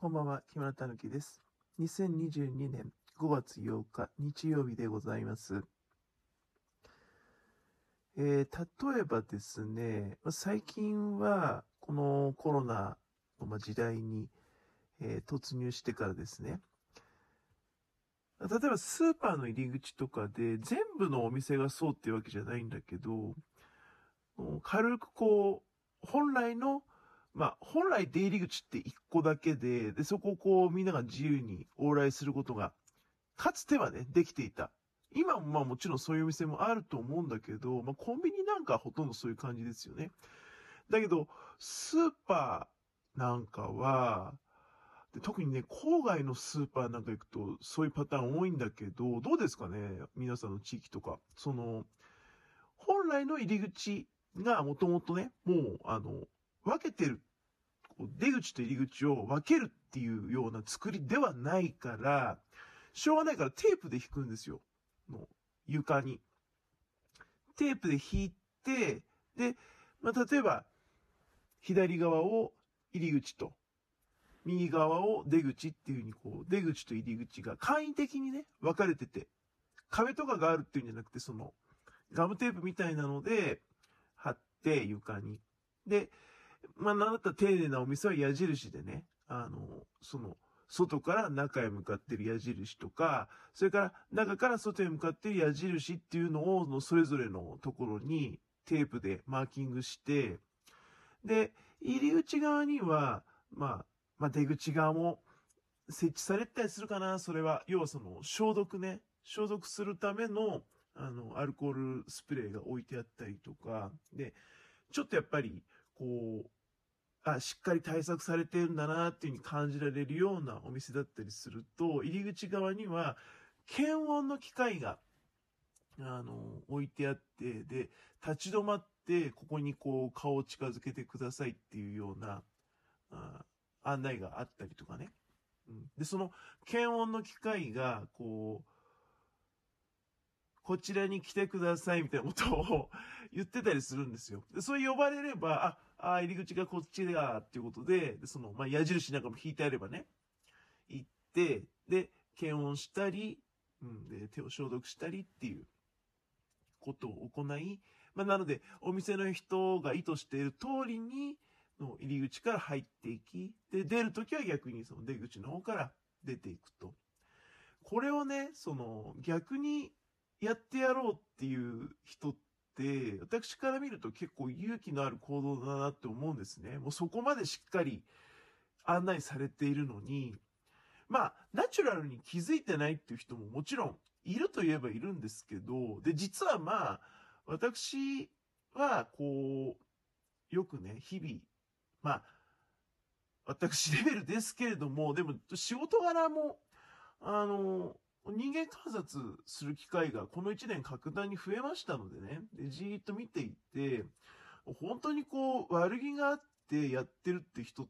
こんばんは、木村たぬきです。2022年5月8日日曜日でございます。例えばですね、最近はこのコロナの時代に、突入してからですね、例えばスーパーの入り口とかで全部のお店がそうっていうわけじゃないんだけど、軽く本来出入り口って一個だけで、そこをみんなが自由に往来することが、かつてはね、できていた。今ももちろんそういうお店もあると思うんだけど、コンビニなんかはほとんどそういう感じですよね。だけど、スーパーなんかは、特にね、郊外のスーパーなんか行くと、そういうパターン多いんだけど、どうですかね皆さんの地域とか。本来の入り口がもともとね、もう、分けてる。出口と入り口を分けるっていうような作りではないから、しょうがないからテープで引くんですよ。床に。テープで引いて、で、例えば、左側を入り口と、右側を出口っていう風に出口と入り口が簡易的にね、分かれてて、壁とかがあるっていうんじゃなくて、ガムテープみたいなので、貼って床に。で、なんだったら丁寧なお店は矢印でね、外から中へ向かってる矢印とか、それから中から外へ向かってる矢印っていうのを、それぞれのところにテープでマーキングして、で、入り口側には、出口側も設置されたりするかな、それは。要は消毒ね。消毒するための、アルコールスプレーが置いてあったりとか、で、ちょっとやっぱり、しっかり対策されてるんだなっていう風に感じられるようなお店だったりすると、入り口側には、検温の機械が、置いてあって、で、立ち止まって、ここに顔を近づけてくださいっていうような、案内があったりとかね。で、その、検温の機械が、こちらに来てくださいみたいなことを言ってたりするんですよ。で、そう呼ばれれば、入り口がこっちだっていうことで、矢印なんかも引いてあればね、行って、で、検温したり、で、手を消毒したりっていうことを行い、なので、お店の人が意図している通りに、の入り口から入っていき、で、出るときは逆にその出口の方から出ていくと。これをね、逆にやってやろうっていう人って、私から見ると結構勇気のある行動だなって思うんですね。もうそこまでしっかり案内されているのに、ナチュラルに気づいてないっていう人ももちろんいるといえばいるんですけど、で、実は私は、よくね、日々、私レベルですけれども、でも仕事柄も、人間観察する機会がこの1年格段に増えましたのでね。で、じーっと見ていて、本当に悪気があってやってるって人って、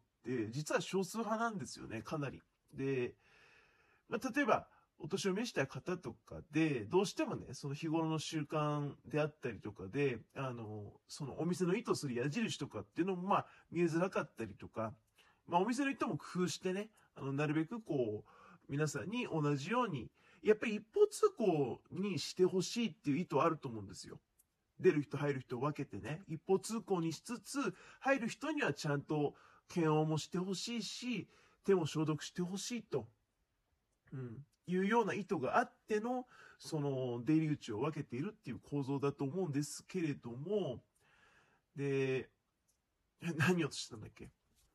実は少数派なんですよね、かなり。で、例えば、お年を召した方とかで、どうしてもね、その日頃の習慣であったりとかで、そのお店の意図する矢印とかっていうのも見えづらかったりとか、お店の人も工夫してね、なるべく皆さんに同じように、やっぱり一方通行にしてほしいっていう意図はあると思うんですよ。出る人入る人を分けてね、一方通行にしつつ、入る人にはちゃんと検温もしてほしいし、手も消毒してほしいと。いうような意図があっての、出入り口を分けているっていう構造だと思うんですけれども、で、何をしてたんだっけ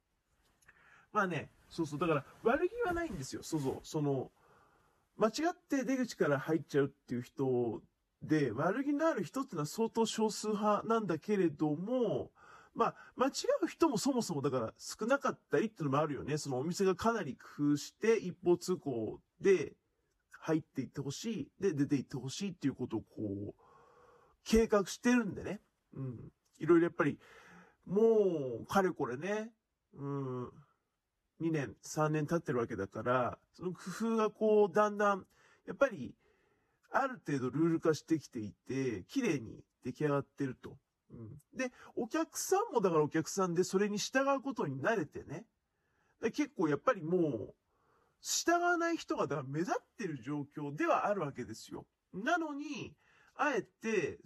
そうそう、だから悪気はないんですよ。間違って出口から入っちゃうっていう人で、悪気のある人っていうのは相当少数派なんだけれども、間違う人もそもそもだから少なかったりっていうのもあるよね。そのお店がかなり工夫して一方通行で入っていってほしい。で、出ていってほしいっていうことを計画してるんでね。いろいろやっぱり、もう、かれこれね、2年、3年経ってるわけだから、その工夫がだんだん、やっぱり、ある程度ルール化してきていて、綺麗に出来上がってると。で、お客さんもだからお客さんでそれに従うことに慣れてね。だ結構やっぱりもう、従わない人がだから目立ってる状況ではあるわけですよ。なのに、あえて、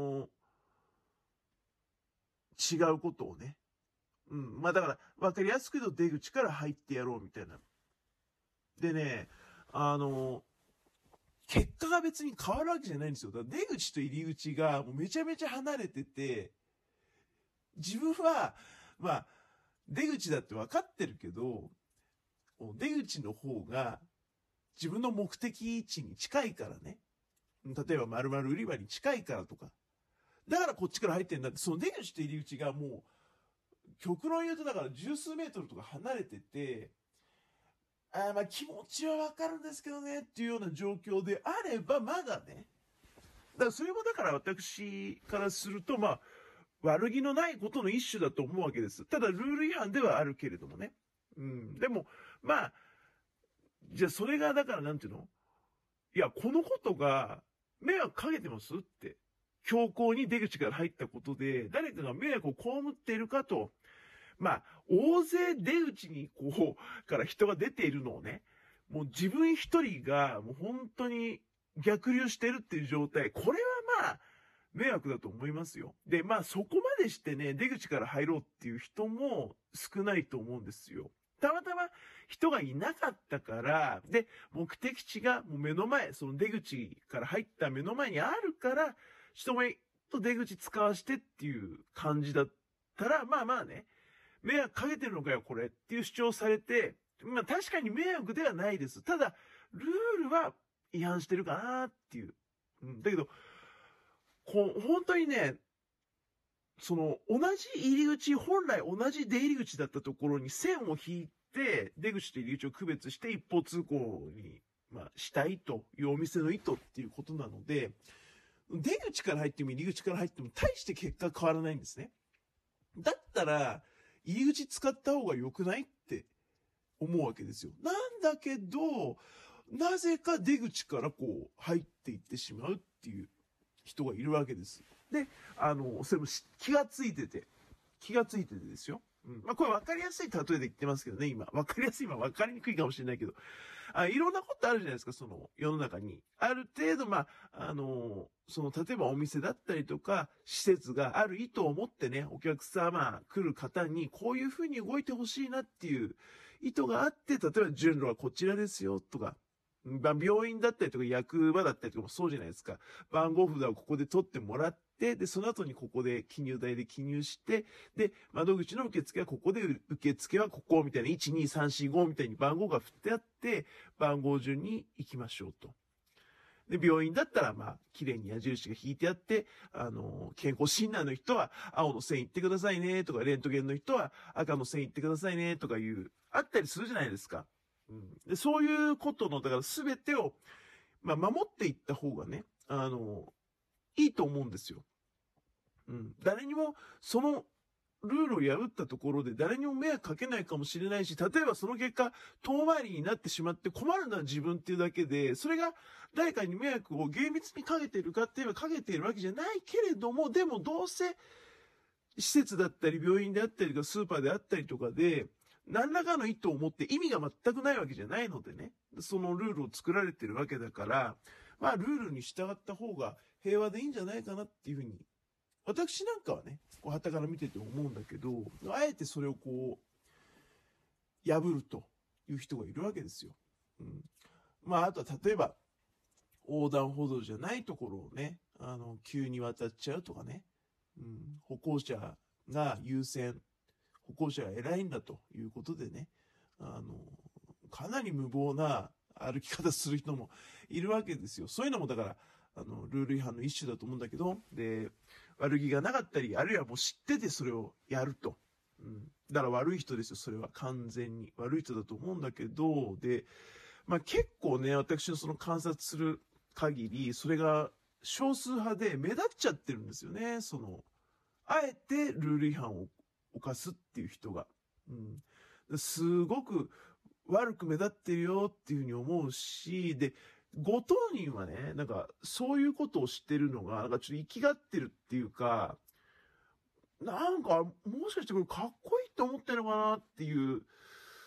違うことをね。まあだから、わかりやすく言うと出口から入ってやろうみたいな。でね、あの、結果が別に変わるわけじゃないんですよ。だから出口と入り口がもうめちゃめちゃ離れてて、自分は、まあ、出口だって分かってるけど、出口の方が自分の目的地に近いからね。例えば〇〇売り場に近いからとか。だからこっちから入ってんだって、その出口と入り口がもう、極論言うとだから十数メートルとか離れてて、まあ気持ちはわかるんですけどねっていうような状況であればまだね。だからそれもだから私からするとまあ悪気のないことの一種だと思うわけです。ただルール違反ではあるけれどもね。でもまあ、じゃあそれがだからなんていうの、いや、このことが迷惑かけてますって。強行に出口から入ったことで誰かが迷惑を被っているかと。まあ、大勢出口にから人が出ているのをね、もう自分一人がもう本当に逆流してるっていう状態、これはまあ、迷惑だと思いますよ。で、まあそこまでしてね、出口から入ろうっていう人も少ないと思うんですよ。たまたま人がいなかったから、で、目的地がもう目の前、その出口から入った目の前にあるから、人目と出口使わしてっていう感じだったら、まあまあね、迷惑かけてるのかよ、これっていう主張されて、まあ確かに迷惑ではないです。ただ、ルールは違反してるかなっていう。だけど、本当にね、同じ入り口、本来同じ出入り口だったところに線を引いて、出口と入り口を区別して一方通行に、したいというお店の意図っていうことなので、出口から入っても入り口から入っても大して結果変わらないんですね。だったら、入り口使った方が良くないって思うわけですよ。なんだけど、なぜか出口から入っていってしまうっていう人がいるわけです。で、それも気がついててですよ。これ分かりやすい例えで言ってますけどね、今。分かりやすい、今分かりにくいかもしれないけど。いろんなことあるじゃないですか、世の中に。ある程度、例えばお店だったりとか、施設がある意図を持ってね、お客様来る方に、こういう風に動いてほしいなっていう意図があって、例えば順路はこちらですよ、とか。病院だったりとか役場だったりとかもそうじゃないですか。番号札をここで取ってもらって、で、その後にここで記入台で記入して、で、窓口の受付はここで、受付はここみたいな、1、2、3、4、5みたいに番号が振ってあって、番号順に行きましょうと。で、病院だったら、綺麗に矢印が引いてあって、健康診断の人は青の線行ってくださいね、とか、レントゲンの人は赤の線行ってくださいね、とかいう、あったりするじゃないですか。で、そういうことの、だから全てを、守っていった方がね、いいと思うんですよ。誰にも、そのルールを破ったところで誰にも迷惑かけないかもしれないし、例えばその結果、遠回りになってしまって困るのは自分っていうだけで、それが誰かに迷惑を厳密にかけているかって言えばかけているわけじゃないけれども、でもどうせ、施設だったり病院であったりとかスーパーであったりとかで、何らかの意図を持って意味が全くないわけじゃないのでね、そのルールを作られてるわけだから、ルールに従った方が平和でいいんじゃないかなっていうふうに、私なんかはね、傍から見てて思うんだけど、あえてそれを破るという人がいるわけですよ。あとは例えば、横断歩道じゃないところをね、急に渡っちゃうとかね、歩行者が優先、歩行者が偉いんだということでね、かなり無謀な歩き方する人もいるわけですよ。そういうのもだから、ルール違反の一種だと思うんだけど、で、悪気がなかったり、あるいはもう知っててそれをやると。だから悪い人ですよ、それは完全に。悪い人だと思うんだけど、で、結構ね、私のその観察する限り、それが少数派で目立っちゃってるんですよね、あえてルール違反を犯すっていう人が。すごく悪く目立ってるよっていうふうに思うし、で、ご当人はね、そういうことを知ってるのが、ちょっと生きがってるっていうか、もしかしてこれかっこいいって思ってるのかなっていう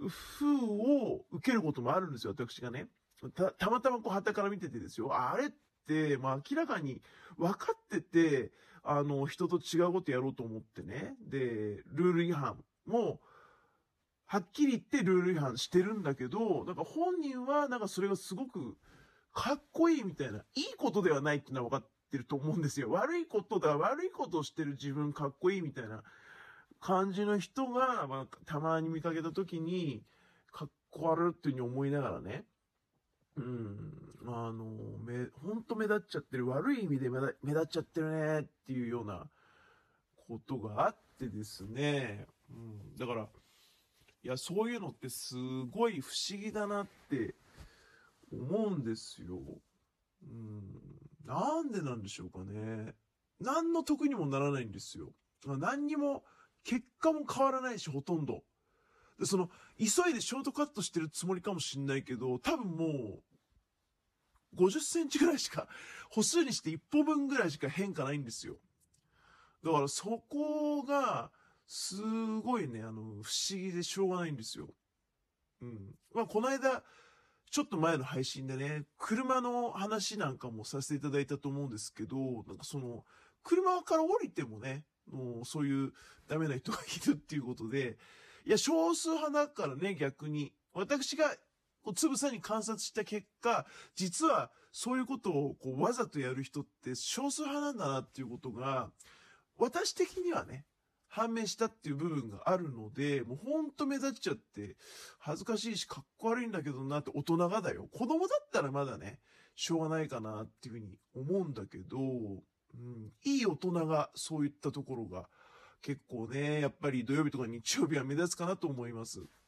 風を受けることもあるんですよ、私がね。たまたまこう、傍から見ててですよ。あれって、まあ、明らかに分かってて、人と違うことやろうと思ってね。で、ルール違反も、はっきり言ってルール違反してるんだけど、なんか本人はなんかそれがすごくかっこいいみたいな、いいことではないっていうのは分かってると思うんですよ。悪いことをしてる自分かっこいいみたいな感じの人が、まあ、たまに見かけた時に、かっこ悪いっていう風に思いながらね、うん、ほんと目立っちゃってる、悪い意味で目立っちゃってるねっていうようなことがあってですね、うん、だから、いや、そういうのってすごい不思議だなって思うんですよ。うん、なんでなんでしょうかね。何の得にもならないんですよ。何にも、結果も変わらないし、ほとんど。で、急いでショートカットしてるつもりかもしんないけど、多分もう、50センチぐらいしか、歩数にして1歩分ぐらいしか変化ないんですよ。だからそこが、すごいね、不思議でしょうがないんですよ。うん。まあ、この間、ちょっと前の配信でね、車の話なんかもさせていただいたと思うんですけど、なんか車から降りてもね、もうそういうダメな人がいるっていうことで、いや、少数派だからね、逆に。私が、つぶさに観察した結果、実はそういうことをわざとやる人って少数派なんだなっていうことが、私的にはね、判明したっていう部分があるので、もうほんと目立っちゃって、恥ずかしいしかっこ悪いんだけどなって大人がだよ。子供だったらまだね、しょうがないかなっていうふうに思うんだけど、いい大人がそういったところが結構ね、やっぱり土曜日とか日曜日は目立つかなと思います。